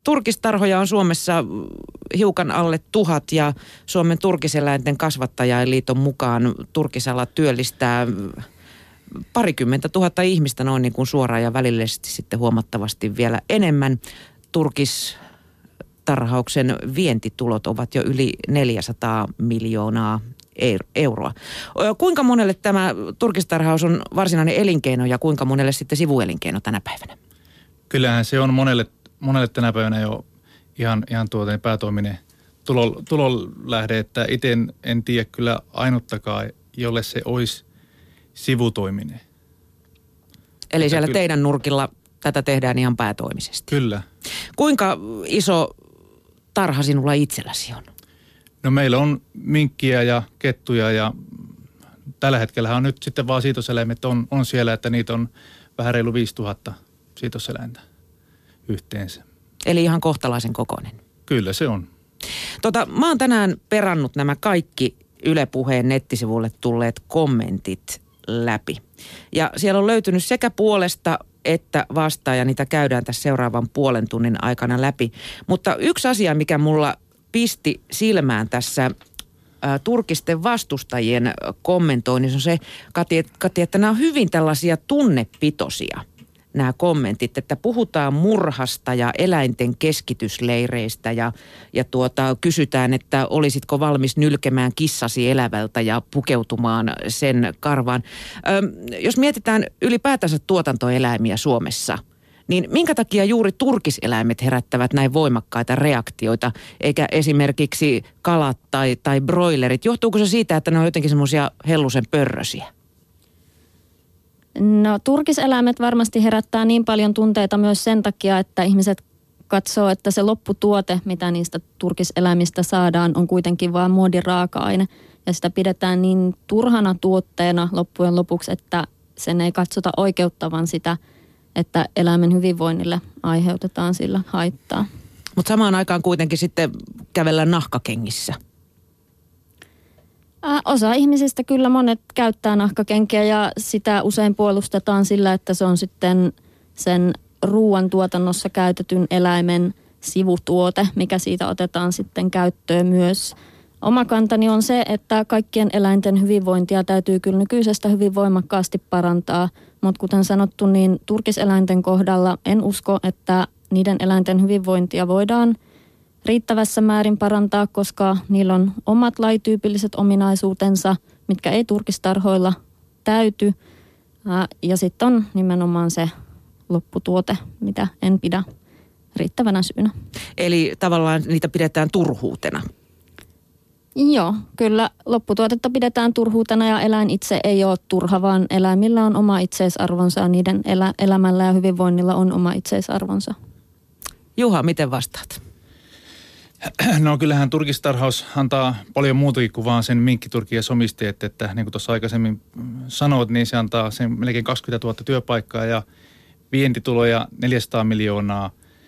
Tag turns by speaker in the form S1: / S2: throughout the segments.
S1: turkistarhoja on Suomessa hiukan alle 1000 ja Suomen turkiseläinten kasvattajaliiton mukaan turkisala työllistää 20 000 ihmistä noin niin kuin suoraan ja välillisesti sitten huomattavasti vielä enemmän. Turkistarhauksen vientitulot ovat jo yli 400 miljoonaa euroa. Kuinka monelle tämä turkistarhaus on varsinainen elinkeino ja kuinka monelle sitten sivuelinkeino tänä päivänä?
S2: Kyllähän se on monelle tänä päivänä jo ihan päätoiminen tulolähde, että itse en tiedä kyllä ainuttakaan, jolle se olisi sivutoiminen.
S1: Eli siellä teidän nurkilla tätä tehdään ihan päätoimisesti?
S2: Kyllä.
S1: Kuinka iso tarha sinulla itselläsi on?
S2: No meillä on minkkiä ja kettuja ja tällä hetkellä on nyt sitten vaan siitoseläimet on siellä, että niitä on vähän reilu 5000 siitoseläintä yhteensä.
S1: Eli ihan kohtalaisen kokoinen.
S2: Kyllä se on.
S1: Mä oon tänään perannut nämä kaikki Yle Puheen nettisivulle tulleet kommentit läpi. Ja siellä on löytynyt sekä puolesta että vastaan ja niitä käydään tässä seuraavan puolen tunnin aikana läpi. Mutta yksi asia, mikä mulla pisti silmään tässä turkisten vastustajien kommentoinnissa on se, Kati, että nämä on hyvin tällaisia tunnepitoisia, nämä kommentit, että puhutaan murhasta ja eläinten keskitysleireistä ja kysytään, että olisitko valmis nylkemään kissasi elävältä ja pukeutumaan sen karvaan. Jos mietitään ylipäätänsä tuotantoeläimiä Suomessa, niin minkä takia juuri turkiseläimet herättävät näin voimakkaita reaktioita, eikä esimerkiksi kalat tai broilerit? Johtuuko se siitä, että ne on jotenkin semmoisia hellusen pörrösiä?
S3: No turkiseläimet varmasti herättää niin paljon tunteita myös sen takia, että ihmiset katsoo, että se lopputuote, mitä niistä turkiseläimistä saadaan, on kuitenkin vain muodin raaka-aine. Ja sitä pidetään niin turhana tuotteena loppujen lopuksi, että sen ei katsota oikeuttavan sitä, että eläimen hyvinvoinnille aiheutetaan sillä haittaa.
S1: Mutta samaan aikaan kuitenkin sitten kävellään nahkakengissä.
S3: Osa ihmisistä kyllä monet käyttää nahkakenkiä ja sitä usein puolustetaan sillä, että se on sitten sen ruoantuotannossa käytetyn eläimen sivutuote, mikä siitä otetaan sitten käyttöön myös. Oma kantani on se, että kaikkien eläinten hyvinvointia täytyy kyllä nykyisestä hyvin voimakkaasti parantaa, mutta kuten sanottu, niin turkiseläinten kohdalla en usko, että niiden eläinten hyvinvointia voidaan riittävässä määrin parantaa, koska niillä on omat lajityypilliset ominaisuutensa, mitkä ei turkistarhoilla täyty. Ja sitten on nimenomaan se lopputuote, mitä en pidä riittävänä syynä.
S1: Eli tavallaan niitä pidetään turhuutena?
S3: Joo, kyllä lopputuotetta pidetään turhuutena ja eläin itse ei ole turha, vaan eläimillä on oma itseisarvonsa ja niiden elämällä ja hyvinvoinnilla on oma itseisarvonsa.
S1: Juha, miten vastaat?
S2: No kyllähän turkistarhaus antaa paljon muutakin kuin vaan sen minkkiturkin ja somisteet, että niin kuin tuossa aikaisemmin sanoit, niin se antaa sen melkein 20 000 työpaikkaa ja vientituloja 400 miljoonaa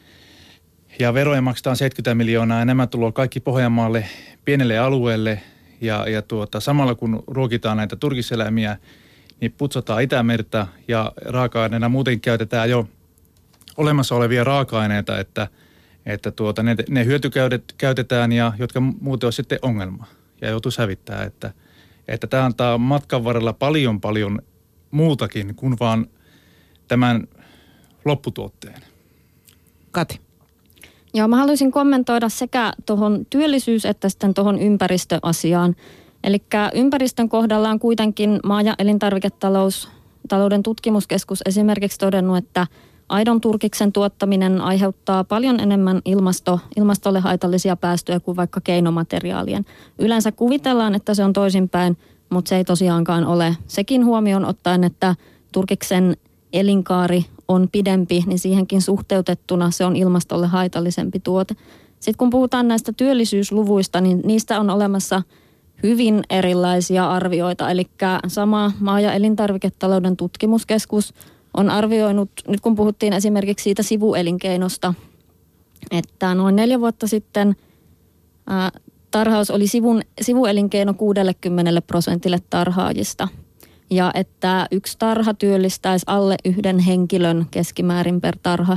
S2: ja veroja maksetaan 70 miljoonaa ja nämä tulee kaikki Pohjanmaalle pienelle alueelle ja samalla kun ruokitaan näitä turkiseläimiä, niin putsataan Itämerta ja raaka-aineena muuten käytetään jo olemassa olevia raaka-aineita, että ne hyötykäydet käytetään ja jotka muuten on sitten ongelma ja joutuisi hävittää, että tämä antaa matkan varrella paljon muutakin kuin vaan tämän lopputuotteen.
S1: Kati.
S3: Joo, mä haluaisin kommentoida sekä tuohon työllisyys- että sitten tuohon ympäristöasiaan. Eli ympäristön kohdalla on kuitenkin maa- ja elintarviketalouden tutkimuskeskus esimerkiksi todennut, että aidon turkiksen tuottaminen aiheuttaa paljon enemmän ilmastolle haitallisia päästöjä kuin vaikka keinomateriaalien. Yleensä kuvitellaan, että se on toisinpäin, mutta se ei tosiaankaan ole. Sekin huomioon ottaen, että turkiksen elinkaari on pidempi, niin siihenkin suhteutettuna se on ilmastolle haitallisempi tuote. Sitten kun puhutaan näistä työllisyysluvuista, niin niistä on olemassa hyvin erilaisia arvioita. Eli sama maa- ja elintarviketalouden tutkimuskeskus on arvioinut, nyt kun puhuttiin esimerkiksi siitä sivuelinkeinosta, että noin 4 vuotta sitten tarhaus oli sivuelinkeino 60% tarhaajista. Ja että yksi tarha työllistäisi alle 1 henkilön keskimäärin per tarha,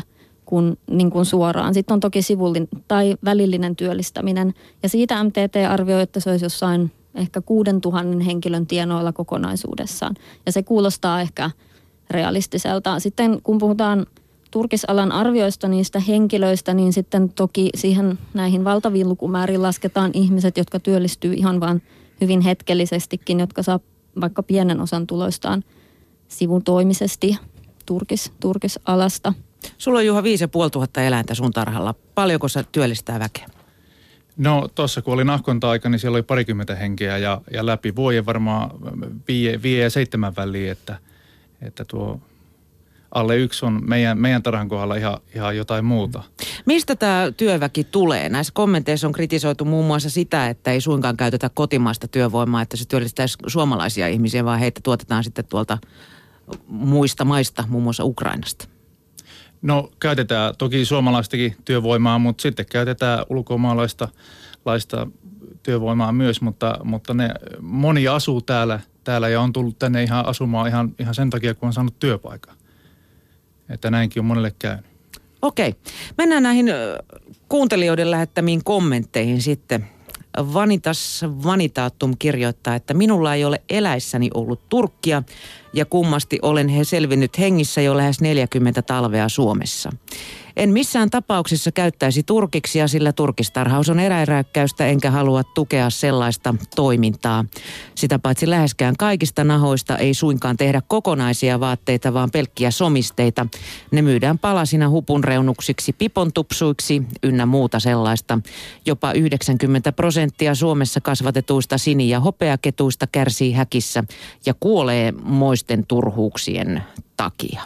S3: niin kuin suoraan. Sitten on toki sivullinen tai välillinen työllistäminen. Ja siitä MTT arvioi, että se olisi jossain ehkä 6,000 henkilön tienoilla kokonaisuudessaan. Ja se kuulostaa ehkä realistiselta. Sitten kun puhutaan turkisalan arvioista niistä henkilöistä, niin sitten toki siihen näihin valtaviin lukumääriin lasketaan ihmiset, jotka työllistyy ihan vaan hyvin hetkellisestikin, jotka saa vaikka pienen osan tuloistaan sivutoimisesti turkisalasta.
S1: Sulla on Juha 5,500 eläintä sun tarhalla. Paljonko sä työllistää väkeä?
S2: No tuossa kun oli nahkonta-aika, niin siellä oli 20 henkeä ja läpi vuoden varmaan 5 ja 7 väliin, että tuo alle 1 on meidän tarhan kohdalla ihan jotain muuta.
S1: Mistä tämä työväki tulee? Näissä kommenteissa on kritisoitu muun muassa sitä, että ei suinkaan käytetä kotimaista työvoimaa, että se työllistäisi suomalaisia ihmisiä, vaan heitä tuotetaan sitten tuolta muista maista, muun muassa Ukrainasta.
S2: No käytetään toki suomalaistakin työvoimaa, mutta sitten käytetään ulkomaalaista työvoimaa myös, mutta moni asuu täällä ja on tullut tänne ihan asumaan ihan sen takia, kun on saanut työpaikan. Että näinkin on monelle käynyt.
S1: Okei. Mennään näihin kuuntelijoiden lähettämiin kommentteihin sitten. Vanitas Vanitatum kirjoittaa, että minulla ei ole eläissäni ollut turkkia ja kummasti olen he selvinnyt hengissä jo lähes 40 talvea Suomessa. En missään tapauksessa käyttäisi turkiksia, sillä turkistarhaus on eläinrääkkäystä enkä halua tukea sellaista toimintaa. Sitä paitsi läheskään kaikista nahoista ei suinkaan tehdä kokonaisia vaatteita, vaan pelkkiä somisteita. Ne myydään palasina hupunreunuksiksi, pipontupsuiksi ynnä muuta sellaista. Jopa 90% Suomessa kasvatetuista sini- ja hopeaketuista kärsii häkissä ja kuolee moisten turhuuksien takia.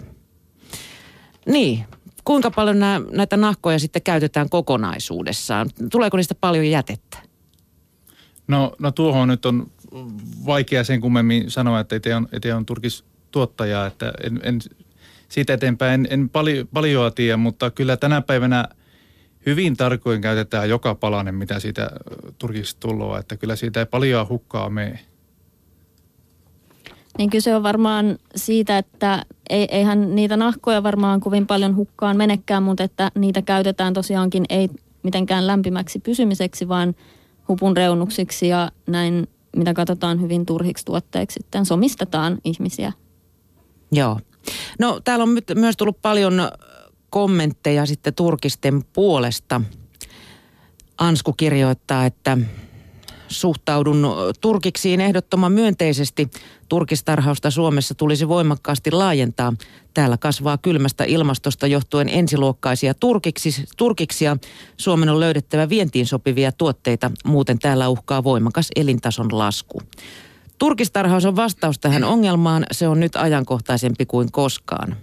S1: Niin. Kuinka paljon näitä nahkoja sitten käytetään kokonaisuudessaan? Tuleeko niistä paljon jätettä? No
S2: tuohon nyt on vaikea sen kummemmin sanoa, että itse on turkistuottaja, että en siitä eteenpäin en paljoa tiedä, mutta kyllä tänä päivänä hyvin tarkoin käytetään joka palanen, mitä siitä turkista tulee, että kyllä siitä ei paljoa hukkaa mene.
S3: Niin kyse on varmaan siitä, että eihän niitä nahkoja varmaan kovin paljon hukkaan menekään, mutta että niitä käytetään tosiaankin ei mitenkään lämpimäksi pysymiseksi, vaan hupun reunuksiksi ja näin, mitä katsotaan hyvin turhiksi tuotteiksi, sitten somistetaan ihmisiä.
S1: Joo. No täällä on myös tullut paljon kommentteja sitten turkisten puolesta. Ansku kirjoittaa, että suhtaudun turkiksiin ehdottoman myönteisesti. Turkistarhausta Suomessa tulisi voimakkaasti laajentaa. Täällä kasvaa kylmästä ilmastosta johtuen ensiluokkaisia turkiksia. Suomen on löydettävä vientiin sopivia tuotteita, muuten täällä uhkaa voimakas elintason lasku. Turkistarhaus on vastaus tähän ongelmaan. Se on nyt ajankohtaisempi kuin koskaan.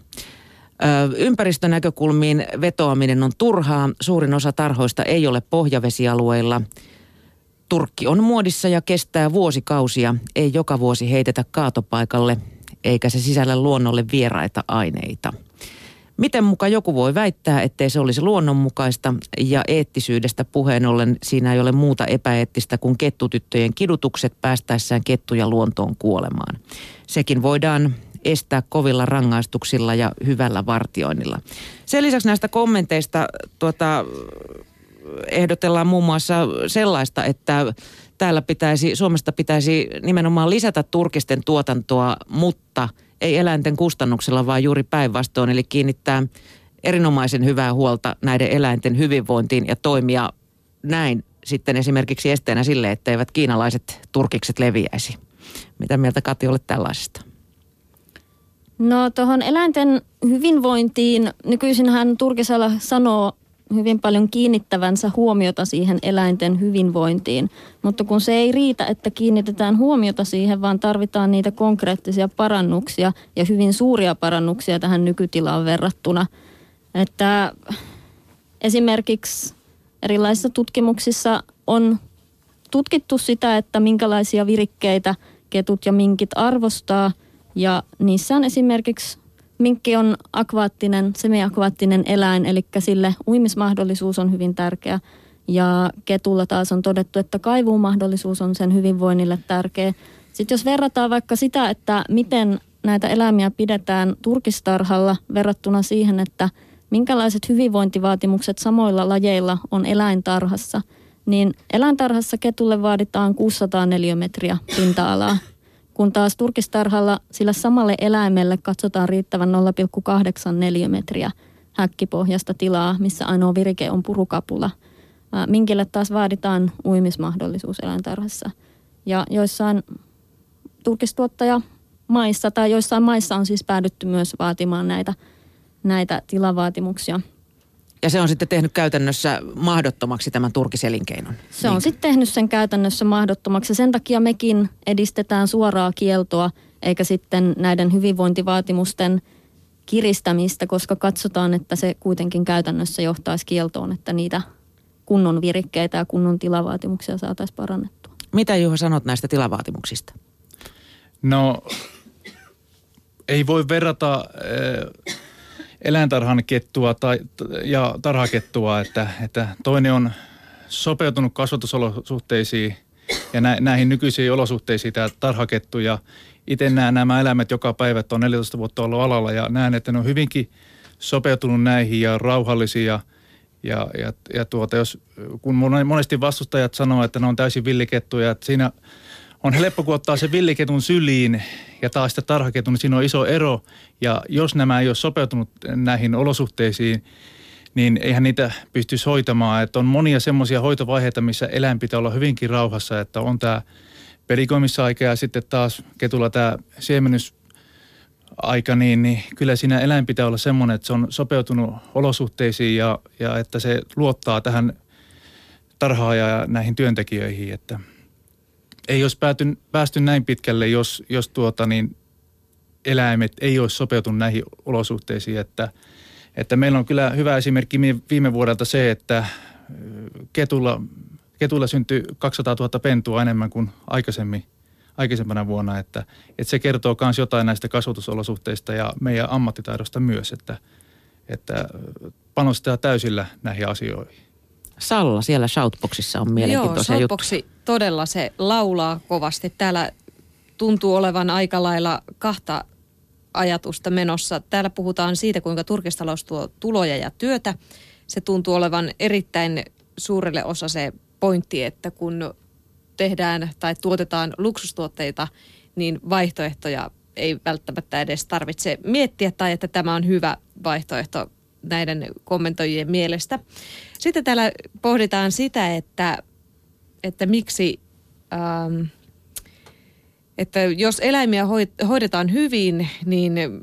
S1: Ympäristönäkökulmiin vetoaminen on turhaa. Suurin osa tarhoista ei ole pohjavesialueilla. Turkki on muodissa ja kestää vuosikausia. Ei joka vuosi heitetä kaatopaikalle, eikä se sisällä luonnolle vieraita aineita. Miten muka joku voi väittää, ettei se olisi luonnonmukaista ja eettisyydestä puheen ollen siinä ei ole muuta epäeettistä kuin kettutyttöjen kidutukset päästäessään kettuja luontoon kuolemaan. Sekin voidaan estää kovilla rangaistuksilla ja hyvällä vartioinnilla. Sen lisäksi näistä kommenteista ehdotellaan muun muassa sellaista, että Suomesta pitäisi nimenomaan lisätä turkisten tuotantoa, mutta ei eläinten kustannuksella, vaan juuri päinvastoin. Eli kiinnittää erinomaisen hyvää huolta näiden eläinten hyvinvointiin ja toimia näin sitten esimerkiksi esteenä sille, etteivät kiinalaiset turkikset leviäisi. Mitä mieltä Kati olet tällaisesta?
S3: No tuohon eläinten hyvinvointiin nykyisinhän turkisala sanoo hyvin paljon kiinnittävänsä huomiota siihen eläinten hyvinvointiin, mutta kun se ei riitä, että kiinnitetään huomiota siihen, vaan tarvitaan niitä konkreettisia parannuksia ja hyvin suuria parannuksia tähän nykytilaan verrattuna. Että esimerkiksi erilaisissa tutkimuksissa on tutkittu sitä, että minkälaisia virikkeitä ketut ja minkit arvostaa ja niissä on esimerkiksi minkki on semiakvaattinen eläin, eli sille uimismahdollisuus on hyvin tärkeä. Ja ketulla taas on todettu, että kaivuumahdollisuus on sen hyvinvoinnille tärkeä. Sitten jos verrataan vaikka sitä, että miten näitä eläimiä pidetään turkistarhalla verrattuna siihen, että minkälaiset hyvinvointivaatimukset samoilla lajeilla on eläintarhassa, niin eläintarhassa ketulle vaaditaan 600 neliömetriä pinta-alaa, kun taas turkistarhalla sillä samalle eläimelle katsotaan riittävän 0,8 neliömetriä häkkipohjasta tilaa, missä ainoa virike on purukapula. Minkille taas vaaditaan uimismahdollisuus eläintarhassa. Ja joissain turkistuottajamaissa tai joissain maissa on siis päädytty myös vaatimaan näitä tilavaatimuksia.
S1: Ja se on sitten tehnyt käytännössä mahdottomaksi tämän turkiselinkeinon.
S3: Se on sitten tehnyt sen käytännössä mahdottomaksi. Sen takia mekin edistetään suoraa kieltoa, eikä sitten näiden hyvinvointivaatimusten kiristämistä, koska katsotaan, että se kuitenkin käytännössä johtaisi kieltoon, että niitä kunnon virikkeitä ja kunnon tilavaatimuksia saataisiin parannettua.
S1: Mitä Juha sanot näistä tilavaatimuksista?
S2: No, ei voi verrata eläintarhan kettua ja tarhakettua, että toinen on sopeutunut kasvatusolosuhteisiin ja näihin nykyisiin olosuhteisiin tämä tarhakettu. Ja itse näen nämä eläimet joka päivä, että on 14 vuotta ollut alalla ja näen, että ne on hyvinkin sopeutunut näihin ja rauhallisia. Kun monesti vastustajat sanoo, että ne on täysin villikettuja, että siinä on helppo, kun ottaa se villiketun syliin ja taas sitä tarhaketun, niin siinä on iso ero. Ja jos nämä ei ole sopeutunut näihin olosuhteisiin, niin eihän niitä pystyisi hoitamaan. Että on monia semmoisia hoitovaiheita, missä eläin pitää olla hyvinkin rauhassa, että on tämä pelikoimisaika ja sitten taas ketulla tämä siemennysaika, niin kyllä siinä eläin pitää olla semmoinen, että se on sopeutunut olosuhteisiin ja että se luottaa tähän tarhaan ja näihin työntekijöihin, että ei olisi päästy näin pitkälle, jos eläimet ei olisi sopeutunut näihin olosuhteisiin. Että meillä on kyllä hyvä esimerkki viime vuodelta se, että ketulla syntyi 200 000 pentua enemmän kuin aikaisempana vuonna. Että se kertoo myös jotain näistä kasvatusolosuhteista ja meidän ammattitaidosta myös, että panostetaan täysillä näihin asioihin.
S1: Salla, siellä Shoutboxissa on mielenkiintoisia juttuja.
S4: Joo, Shoutboxi todella se laulaa kovasti. Täällä tuntuu olevan aika lailla kahta ajatusta menossa. Täällä puhutaan siitä, kuinka turkistalous tuo tuloja ja työtä. Se tuntuu olevan erittäin suurelle osa se pointti, että kun tehdään tai tuotetaan luksustuotteita, niin vaihtoehtoja ei välttämättä edes tarvitse miettiä tai että tämä on hyvä vaihtoehto näiden kommentoijien mielestä. Sitten täällä pohditaan sitä, että miksi, että jos eläimiä hoidetaan hyvin, niin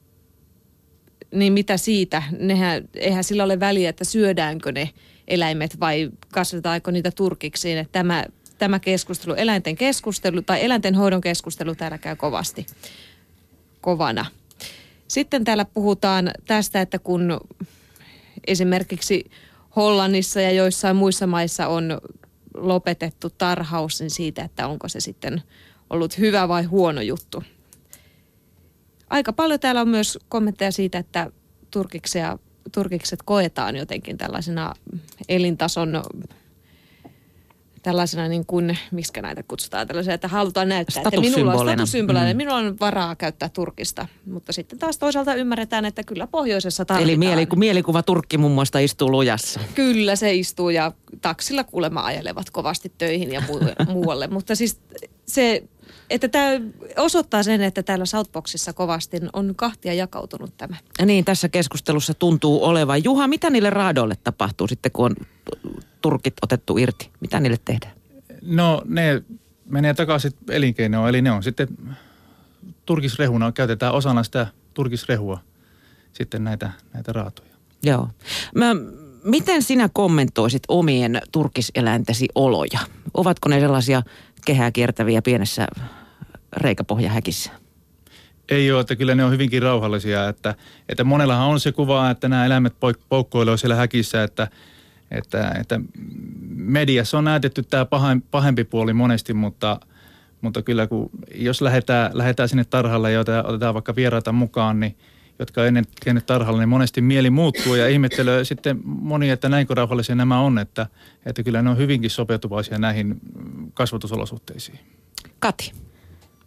S4: mitä siitä? Eihän sillä ole väliä, että syödäänkö ne eläimet vai kasvatetaanko niitä turkiksiin. Että tämä keskustelu, eläinten keskustelu tai eläinten hoidon keskustelu täällä käy kovana. Sitten täällä puhutaan tästä, että kun esimerkiksi Hollannissa ja joissain muissa maissa on lopetettu tarhaus, niin siitä, että onko se sitten ollut hyvä vai huono juttu. Aika paljon täällä on myös kommentteja siitä, että turkikset koetaan jotenkin tällaisena elintason, tällaisena niin kuin, miksi näitä kutsutaan, tällaisia, että halutaan näyttää, että minulla on statussymboleina, minulla on varaa käyttää turkista. Mutta sitten taas toisaalta ymmärretään, että kyllä pohjoisessa tarvitaan.
S1: Eli mielikuva turkki muun muassa istuu lujassa.
S4: Kyllä se istuu ja taksilla kuulemma ajelevat kovasti töihin ja muualle. Mutta siis se, että tämä osoittaa sen, että täällä Shoutboxissa kovasti on kahtia jakautunut tämä.
S1: Ja niin, tässä keskustelussa tuntuu olevan. Juha, mitä niille raadoille tapahtuu sitten, kun on turkit otettu irti? Mitä niille tehdään? No
S2: ne menee takaisin elinkeinoon, eli ne on sitten turkisrehuna, käytetään osana sitä turkisrehua sitten näitä raatoja.
S1: Joo. Miten sinä kommentoisit omien turkiseläintesi oloja? Ovatko ne sellaisia kehää kiertäviä pienessä reikäpohjahäkissä?
S2: Ei ole, että kyllä ne on hyvinkin rauhallisia, että monellahan on se kuva, että nämä eläimet poukkoilevat siellä häkissä, että mediassa on näytetty tämä pahempi puoli monesti, mutta kyllä jos lähdetään sinne tarhalle ja otetaan vaikka vieraita mukaan, niin jotka on ennen käynyt tarhalla, niin monesti mieli muuttuu ja ihmettelee sitten moni, että näinkö rauhallisia nämä on, että kyllä ne on hyvinkin sopeutuvaisia näihin kasvatusolosuhteisiin.
S1: Kati.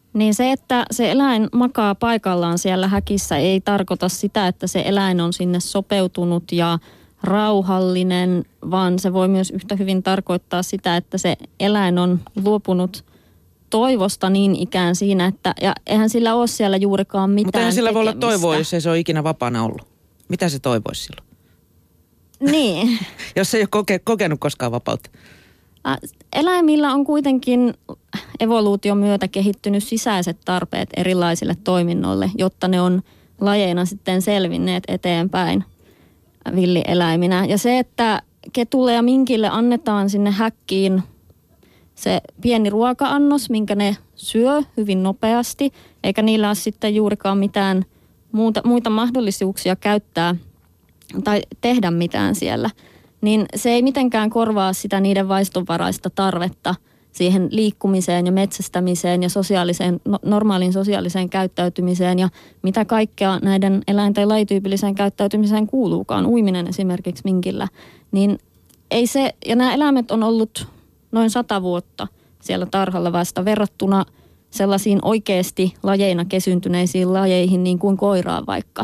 S3: Niin se, että se eläin makaa paikallaan siellä häkissä, ei tarkoita sitä, että se eläin on sinne sopeutunut ja rauhallinen, vaan se voi myös yhtä hyvin tarkoittaa sitä, että se eläin on luopunut toivosta niin ikään siinä, että ja eihän sillä ole siellä juurikaan mitään
S1: Mutta eihän sillä voi olla
S3: tekemistä.
S1: toivoa, jos ei se ole ikinä vapaana ollut. Mitä se toivoisi silloin?
S3: Niin.
S1: Jos ei ole kokenut koskaan vapautta.
S3: Eläimillä on kuitenkin evoluution myötä kehittynyt sisäiset tarpeet erilaisille toiminnoille, jotta ne on lajeina sitten selvinneet eteenpäin villieläiminä. Ja se, että ketulle ja minkille annetaan sinne häkkiin se pieni ruoka-annos, minkä ne syö hyvin nopeasti, eikä niillä ole sitten juurikaan mitään muita mahdollisuuksia käyttää tai tehdä mitään siellä, niin se ei mitenkään korvaa sitä niiden vaistonvaraista tarvetta siihen liikkumiseen ja metsästämiseen ja normaaliin sosiaaliseen käyttäytymiseen ja mitä kaikkea näiden eläinten lajityypilliseen käyttäytymiseen kuuluukaan, uiminen esimerkiksi minkillä, niin ei se, ja nämä eläimet on ollut noin 100 vuotta siellä tarhalla vasta verrattuna sellaisiin oikeasti lajeina kesyntyneisiin lajeihin niin kuin koiraan vaikka.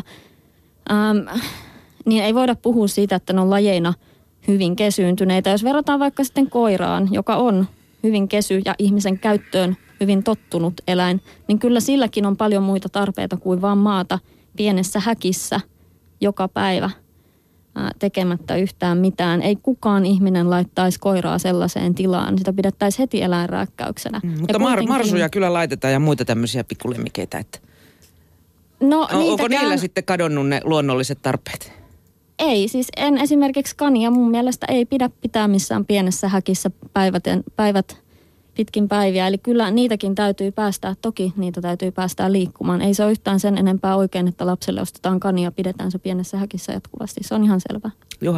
S3: Niin ei voida puhua siitä, että ne on lajeina hyvin kesyyntyneitä. Jos verrataan vaikka sitten koiraan, joka on hyvin kesy ja ihmisen käyttöön hyvin tottunut eläin, niin kyllä silläkin on paljon muita tarpeita kuin vaan maata pienessä häkissä joka päivä tekemättä yhtään mitään. Ei kukaan ihminen laittaisi koiraa sellaiseen tilaan. Sitä pidettäisiin heti eläinrääkkäyksenä.
S1: Mutta marsuja kyllä laitetaan ja muita tämmöisiä pikkulemmikeitä. Että
S3: no,
S1: onko niillä sitten kadonnut ne luonnolliset tarpeet?
S3: Ei, siis en esimerkiksi kania mun mielestä ei pidä pitää missään pienessä häkissä päivät pitkin päiviä. Eli kyllä niitäkin täytyy päästää, toki niitä täytyy päästää liikkumaan. Ei se ole yhtään sen enempää oikein, että lapselle ostetaan kania ja pidetään se pienessä häkissä jatkuvasti. Se on ihan selvä.
S1: Juha.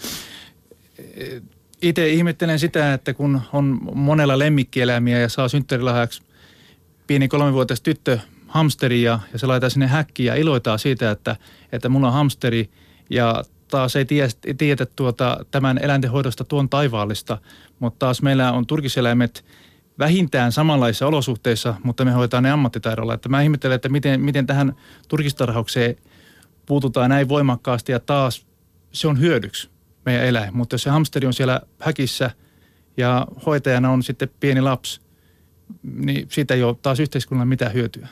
S2: Itse ihmettelen sitä, että kun on monella lemmikkieläimiä ja saa synttärilahjaksi pieni 3-vuotias tyttö hamsteri ja se laittaa sinne häkkiin ja iloitaan siitä, että mulla on hamsteri ja taas ei tiedä tämän eläintenhoidosta tuon taivaallista, mutta taas meillä on turkiseläimet vähintään samanlaisissa olosuhteissa, mutta me hoitaa ne ammattitaidolla. Että mä ihmettelen, että miten tähän turkistarhaukseen puututaan näin voimakkaasti ja taas se on hyödyksi meidän eläin. Mutta jos se hamsteri on siellä häkissä ja hoitajana on sitten pieni lapsi, niin siitä ei ole taas yhteiskunnalla mitään hyötyä.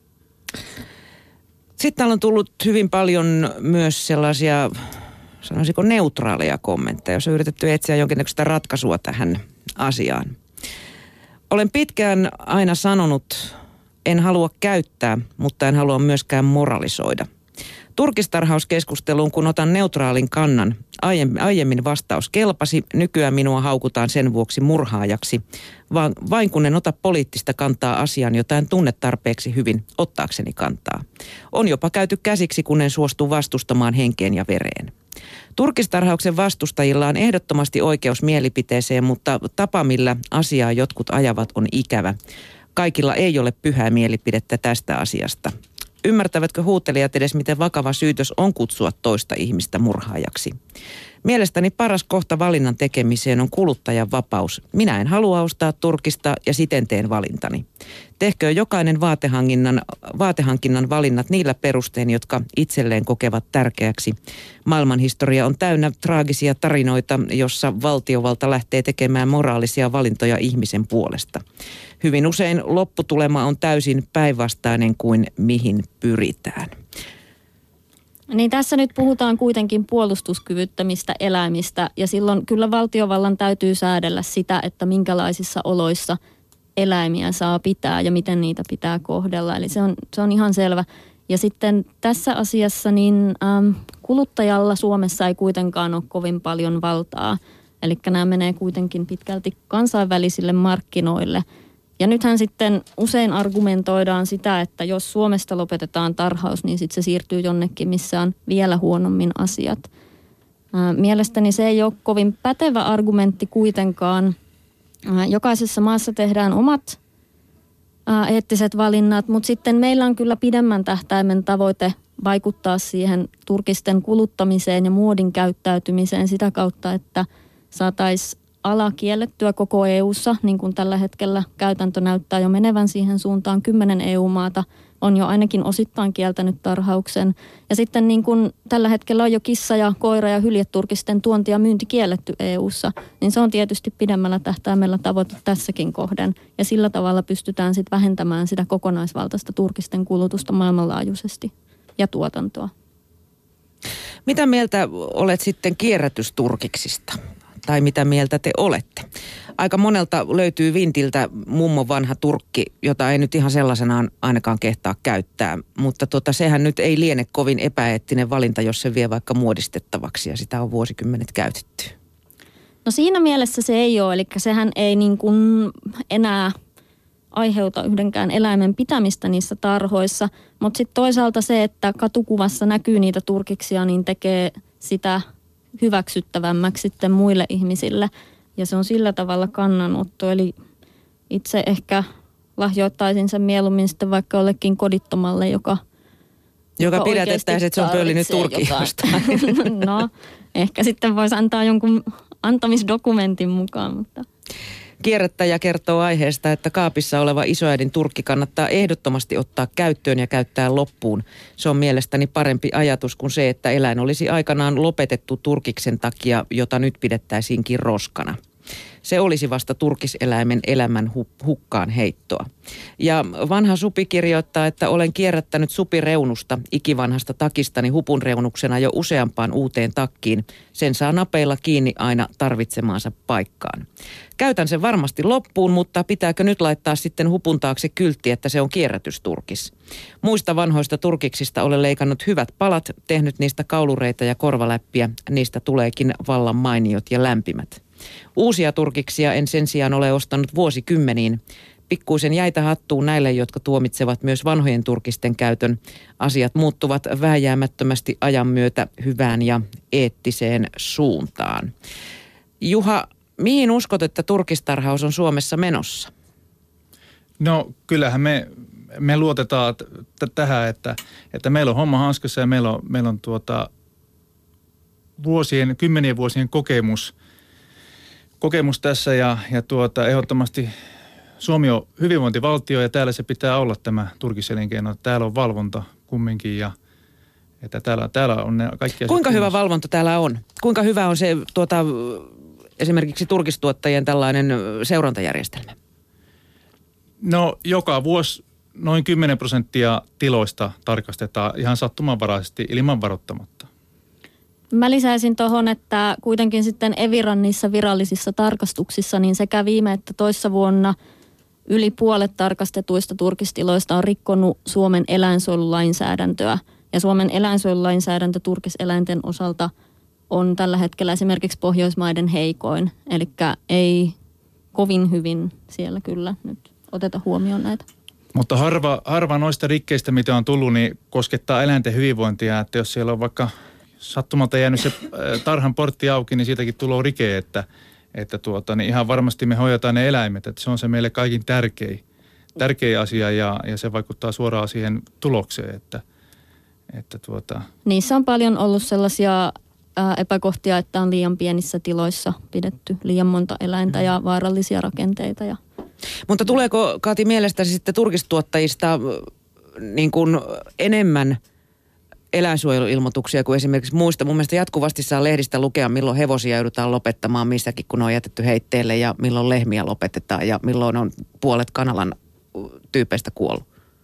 S1: Sitten täällä on tullut hyvin paljon myös sellaisia, sanoisiko neutraaleja kommentteja, jos on yritetty etsiä jonkinlaista ratkaisua tähän asiaan. Olen pitkään aina sanonut, en halua käyttää, mutta en halua myöskään moralisoida. Turkistarhauskeskusteluun, kun otan neutraalin kannan, aiemmin vastaus kelpasi, nykyään minua haukutaan sen vuoksi murhaajaksi, vain kun en ota poliittista kantaa asiaan, jota en tunne tarpeeksi hyvin ottaakseni kantaa. On jopa käyty käsiksi, kun en suostu vastustamaan henkeen ja vereen. Turkistarhauksen vastustajilla on ehdottomasti oikeus mielipiteeseen, mutta tapa, millä asiaa jotkut ajavat, on ikävä. Kaikilla ei ole pyhää mielipidettä tästä asiasta. Ymmärtävätkö huutelijat edes, miten vakava syytös on kutsua toista ihmistä murhaajaksi? Mielestäni paras kohta valinnan tekemiseen on kuluttajan vapaus. Minä en halua ostaa turkista ja siten teen valintani. Tehköön jokainen vaatehankinnan valinnat niillä perustein, jotka itselleen kokevat tärkeäksi. Maailmanhistoria on täynnä traagisia tarinoita, jossa valtiovalta lähtee tekemään moraalisia valintoja ihmisen puolesta. Hyvin usein lopputulema on täysin päinvastainen kuin mihin pyritään.
S3: Niin tässä nyt puhutaan kuitenkin puolustuskyvyttömistä eläimistä ja silloin kyllä valtiovallan täytyy säädellä sitä, että minkälaisissa oloissa eläimiä saa pitää ja miten niitä pitää kohdella. Eli se on ihan selvä. Ja sitten tässä asiassa niin kuluttajalla Suomessa ei kuitenkaan ole kovin paljon valtaa. Eli nämä menee kuitenkin pitkälti kansainvälisille markkinoille. Ja nythän sitten usein argumentoidaan sitä, että jos Suomesta lopetetaan tarhaus, niin sitten se siirtyy jonnekin, missä on vielä huonommin asiat. Mielestäni se ei ole kovin pätevä argumentti kuitenkaan. Jokaisessa maassa tehdään omat eettiset valinnat, mutta sitten meillä on kyllä pidemmän tähtäimen tavoite vaikuttaa siihen turkisten kuluttamiseen ja muodin käyttäytymiseen sitä kautta, että saataisiin ala kiellettyä koko EU:ssa, niin kuin tällä hetkellä käytäntö näyttää jo menevän siihen suuntaan. 10 EU-maata on jo ainakin osittain kieltänyt tarhauksen. Ja sitten niin kuin tällä hetkellä on jo kissa ja koira ja hyljeturkisten tuonti ja myynti kielletty EU:ssa, niin se on tietysti pidemmällä tähtäimellä tavoite tässäkin kohden. Ja sillä tavalla pystytään sitten vähentämään sitä kokonaisvaltaista turkisten kulutusta maailmanlaajuisesti ja tuotantoa.
S1: Mitä mieltä olet sitten kierrätysturkiksista? Tai mitä mieltä te olette? Aika monelta löytyy vintiltä mummon vanha turkki, jota ei nyt ihan sellaisenaan ainakaan kehtaa käyttää. Mutta sehän nyt ei liene kovin epäeettinen valinta, jos se vie vaikka muodistettavaksi ja sitä on vuosikymmenet käytetty.
S3: No siinä mielessä se ei ole, eli sehän ei niin kuin enää aiheuta yhdenkään eläimen pitämistä niissä tarhoissa. Mutta sitten toisaalta se, että katukuvassa näkyy niitä turkiksia, niin tekee sitä hyväksyttävämmäksi sitten muille ihmisille. Ja se on sillä tavalla kannanotto. Eli itse ehkä lahjoittaisin sen mieluummin sitten vaikka jollekin kodittomalle, joka
S1: pidätettäisiin, että se on pöllinyt turkin jostain.
S3: No, ehkä sitten voisi antaa jonkun antamisdokumentin mukaan, mutta...
S1: Kierrättäjä kertoo aiheesta, että kaapissa oleva isoäidin turkki kannattaa ehdottomasti ottaa käyttöön ja käyttää loppuun. Se on mielestäni parempi ajatus kuin se, että eläin olisi aikanaan lopetettu turkiksen takia, jota nyt pidettäisiinkin roskana. Se olisi vasta turkiseläimen elämän hukkaan heittoa. Ja vanha supi kirjoittaa, että olen kierrättänyt supireunusta ikivanhasta takistani hupun reunuksena jo useampaan uuteen takkiin. Sen saa napeilla kiinni aina tarvitsemaansa paikkaan. Käytän sen varmasti loppuun, mutta pitääkö nyt laittaa sitten hupun taakse kyltti, että se on kierrätysturkis? Muista vanhoista turkiksista olen leikannut hyvät palat, tehnyt niistä kaulureita ja korvaläppiä. Niistä tuleekin vallan mainiot ja lämpimät. Uusia turkiksia en sen sijaan ole ostanut vuosikymmeniin. Pikkuisen jäitä hattuun näille, jotka tuomitsevat myös vanhojen turkisten käytön. Asiat muuttuvat vääjäämättömästi ajan myötä hyvään ja eettiseen suuntaan. Juha, mihin uskot, että turkistarhaus on Suomessa menossa?
S2: No kyllähän me luotetaan tähän, että meillä on homma hanskassa ja meillä on kymmenien vuosien kokemus tässä ja ehdottomasti Suomi on hyvinvointivaltio ja täällä se pitää olla tämä turkiselinkeino. Täällä on valvonta kumminkin ja että täällä on ne kaikki.
S1: Kuinka hyvä valvonta täällä on? Kuinka hyvä on se esimerkiksi turkistuottajien tällainen seurantajärjestelmä?
S2: No joka vuosi noin 10% tiloista tarkastetaan ihan sattumanvaraisesti ilman varoittamatta.
S3: Mä lisäisin tuohon, että kuitenkin sitten Eviran niissä virallisissa tarkastuksissa, niin sekä viime että toissa vuonna yli puolet tarkastetuista turkistiloista on rikkonut Suomen eläinsuojelulainsäädäntöä. Ja Suomen eläinsuojelulainsäädäntö turkiseläinten osalta on tällä hetkellä esimerkiksi Pohjoismaiden heikoin. Eli ei kovin hyvin siellä kyllä nyt oteta huomioon näitä.
S2: Mutta harva noista rikkeistä, mitä on tullut, niin koskettaa eläinten hyvinvointia. Että jos siellä on vaikka sattumalta jäänyt se tarhan portti auki, niin siitäkin tulee rike, että niin ihan varmasti me hoidetaan ne eläimet. Että se on se meille kaikin tärkein asia ja se vaikuttaa suoraan siihen tulokseen,
S3: Niissä on paljon ollut sellaisia epäkohtia, että on liian pienissä tiloissa pidetty liian monta eläintä ja vaarallisia rakenteita.
S1: Mutta tuleeko, Kati, mielestäsi sitten turkistuottajista niin kuin enemmän eläinsuojeluilmoituksia kuin esimerkiksi muista? Mun mielestä jatkuvasti saa lehdistä lukea, milloin hevosia joudutaan lopettamaan missäkin, kun ne on jätetty heitteelle ja milloin lehmiä lopetetaan ja milloin on puolet kanalan tyypeistä kuollut.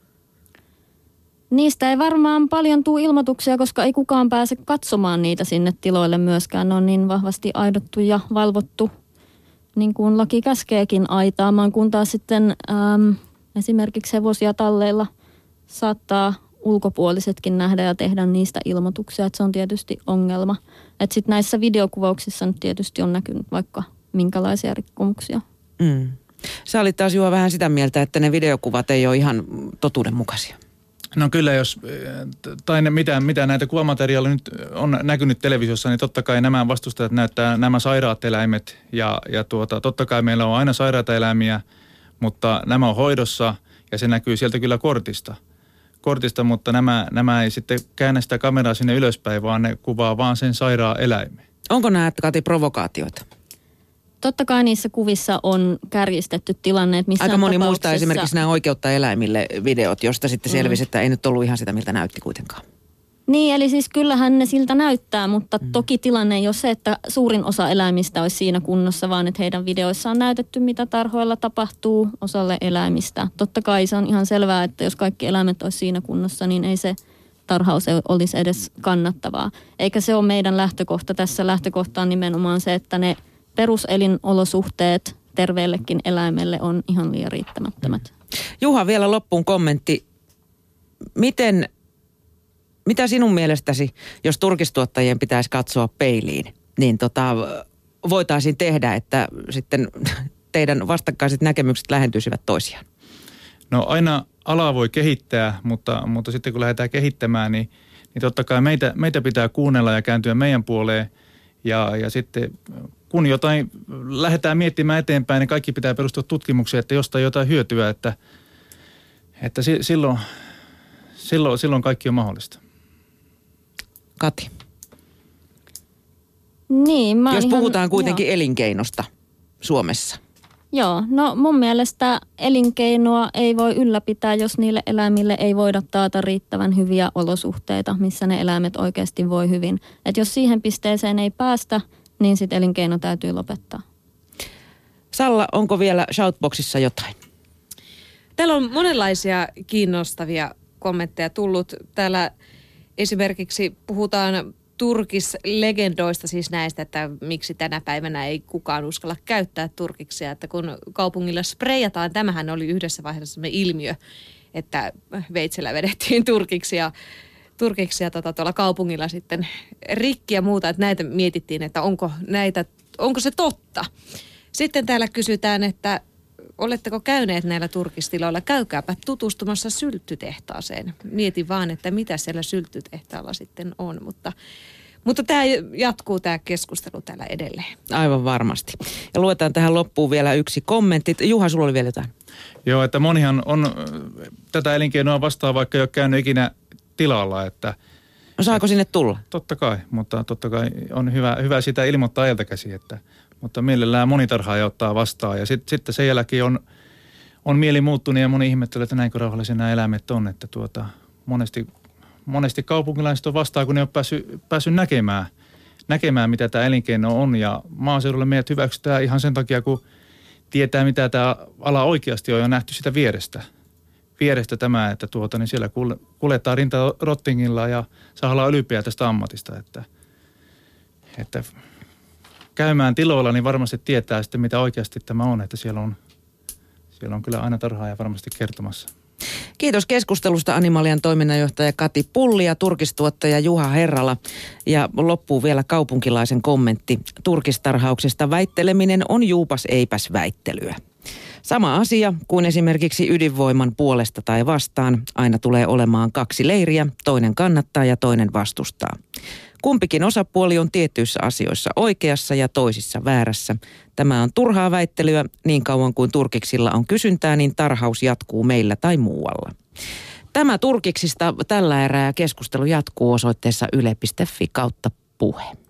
S3: Niistä ei varmaan paljon tule ilmoituksia, koska ei kukaan pääse katsomaan niitä sinne tiloille myöskään. Ne on niin vahvasti aidottu ja valvottu, niin kuin laki käskeekin aitaamaan, kun taas sitten esimerkiksi hevosia talleilla saattaa ulkopuolisetkin nähdä ja tehdä niistä ilmoituksia, että se on tietysti ongelma. Että sitten näissä videokuvauksissa nyt tietysti on näkynyt vaikka minkälaisia rikkomuksia.
S1: Mm. Sä olit taas Juha vähän sitä mieltä, että ne videokuvat ei ole ihan totuudenmukaisia.
S2: No kyllä, mitä näitä kuvamateriaaleja nyt on näkynyt televisiossa, niin totta kai nämä vastustajat näyttää nämä sairaat eläimet ja totta kai meillä on aina sairaita eläimiä, mutta nämä on hoidossa ja se näkyy sieltä kyllä kortista, mutta nämä ei sitten käännä sitä kameraa sinne ylöspäin, vaan ne kuvaa vaan sen sairaan eläimen.
S1: Onko nämä, Kati, provokaatioita?
S3: Totta kai niissä kuvissa on kärjistetty tilanne, että
S1: aika moni muistaa esimerkiksi nämä Oikeutta eläimille -videot, josta sitten selvisi, että ei nyt ollut ihan sitä, miltä näytti kuitenkaan.
S3: Niin, eli siis kyllähän ne siltä näyttää, mutta toki tilanne ei ole se, että suurin osa eläimistä olisi siinä kunnossa, vaan että heidän videoissaan on näytetty, mitä tarhoilla tapahtuu osalle eläimistä. Totta kai se on ihan selvää, että jos kaikki eläimet olisi siinä kunnossa, niin ei se tarhaus olisi edes kannattavaa. Eikä se ole meidän lähtökohta. Tässä lähtökohta on nimenomaan se, että ne peruselinolosuhteet terveellekin eläimelle on ihan liian riittämättömät.
S1: Juha, vielä loppuun kommentti. Mitä sinun mielestäsi, jos turkistuottajien pitäisi katsoa peiliin, niin voitaisiin tehdä, että sitten teidän vastakkaiset näkemykset lähentyisivät toisiaan?
S2: No aina alaa voi kehittää, mutta sitten kun lähdetään kehittämään, niin totta kai meitä pitää kuunnella ja kääntyä meidän puoleen. Ja sitten kun jotain lähdetään miettimään eteenpäin, niin kaikki pitää perustua tutkimukseen, että jostain jotain hyötyä, että silloin kaikki on mahdollista.
S1: Kati.
S3: Niin,
S1: jos puhutaan kuitenkin elinkeinosta Suomessa.
S3: Joo, no mun mielestä elinkeinoa ei voi ylläpitää, jos niille eläimille ei voida taata riittävän hyviä olosuhteita, missä ne eläimet oikeasti voi hyvin. Et jos siihen pisteeseen ei päästä, niin sitten elinkeino täytyy lopettaa.
S1: Salla, onko vielä Shoutboxissa jotain?
S4: Täällä on monenlaisia kiinnostavia kommentteja tullut. Täällä esimerkiksi puhutaan turkislegendoista, siis näistä, että miksi tänä päivänä ei kukaan uskalla käyttää turkiksia, että kun kaupungilla spreijataan, tämähän oli yhdessä vaiheessa sellainen ilmiö, että veitsellä vedettiin turkiksia tuolla kaupungilla sitten rikki ja muuta, että näitä mietittiin, että onko se totta. Sitten täällä kysytään, että oletteko käyneet näillä turkistiloilla? Käykääpä tutustumassa sylttytehtaaseen. Mietin vaan, että mitä siellä sylttytehtaalla sitten on, mutta tämä jatkuu tämä keskustelu täällä edelleen.
S1: Aivan varmasti. Ja luetaan tähän loppuun vielä yksi kommentti. Juha, sulla oli vielä jotain?
S2: Joo, että monihan on tätä elinkeinoa vastaan, vaikka ei ole käynyt ikinä tilalla, että
S1: no saako sinne tulla?
S2: Totta kai, mutta totta kai on hyvä sitä ilmoittaa ajalta käsi, mutta mielellään monitarhaaja ottaa vastaan. Ja sitten sen jälkeen on mieli muuttunut ja moni ihmettelee, että näinkö rauhallisia nämä eläimet on, että monesti kaupunkilaiset on vastaan, kun ne on päässyt näkemään, mitä tämä elinkeino on. Ja maaseudulle meidät hyväksytään ihan sen takia, kun tietää, mitä tämä ala oikeasti on ja nähty sitä vierestä tämä, että niin siellä kuljetaan rintarottingilla ja saa olla ylpeä tästä ammatista, että käymään tiloilla, niin varmasti tietää sitten, mitä oikeasti tämä on, että siellä on kyllä aina tarhaaja varmasti kertomassa.
S1: Kiitos keskustelusta Animalian toiminnanjohtaja Kati Pulli ja turkistuottaja Juha Herrala. Ja loppuu vielä kaupunkilaisen kommentti. Turkistarhauksesta väitteleminen on juupas eipäs väittelyä. Sama asia kuin esimerkiksi ydinvoiman puolesta tai vastaan. Aina tulee olemaan kaksi leiriä, toinen kannattaa ja toinen vastustaa. Kumpikin osapuoli on tietyissä asioissa oikeassa ja toisissa väärässä. Tämä on turhaa väittelyä. Niin kauan kuin turkiksilla on kysyntää, niin tarhaus jatkuu meillä tai muualla. Tämä turkiksista tällä erää. Keskustelu jatkuu osoitteessa yle.fi/puhe.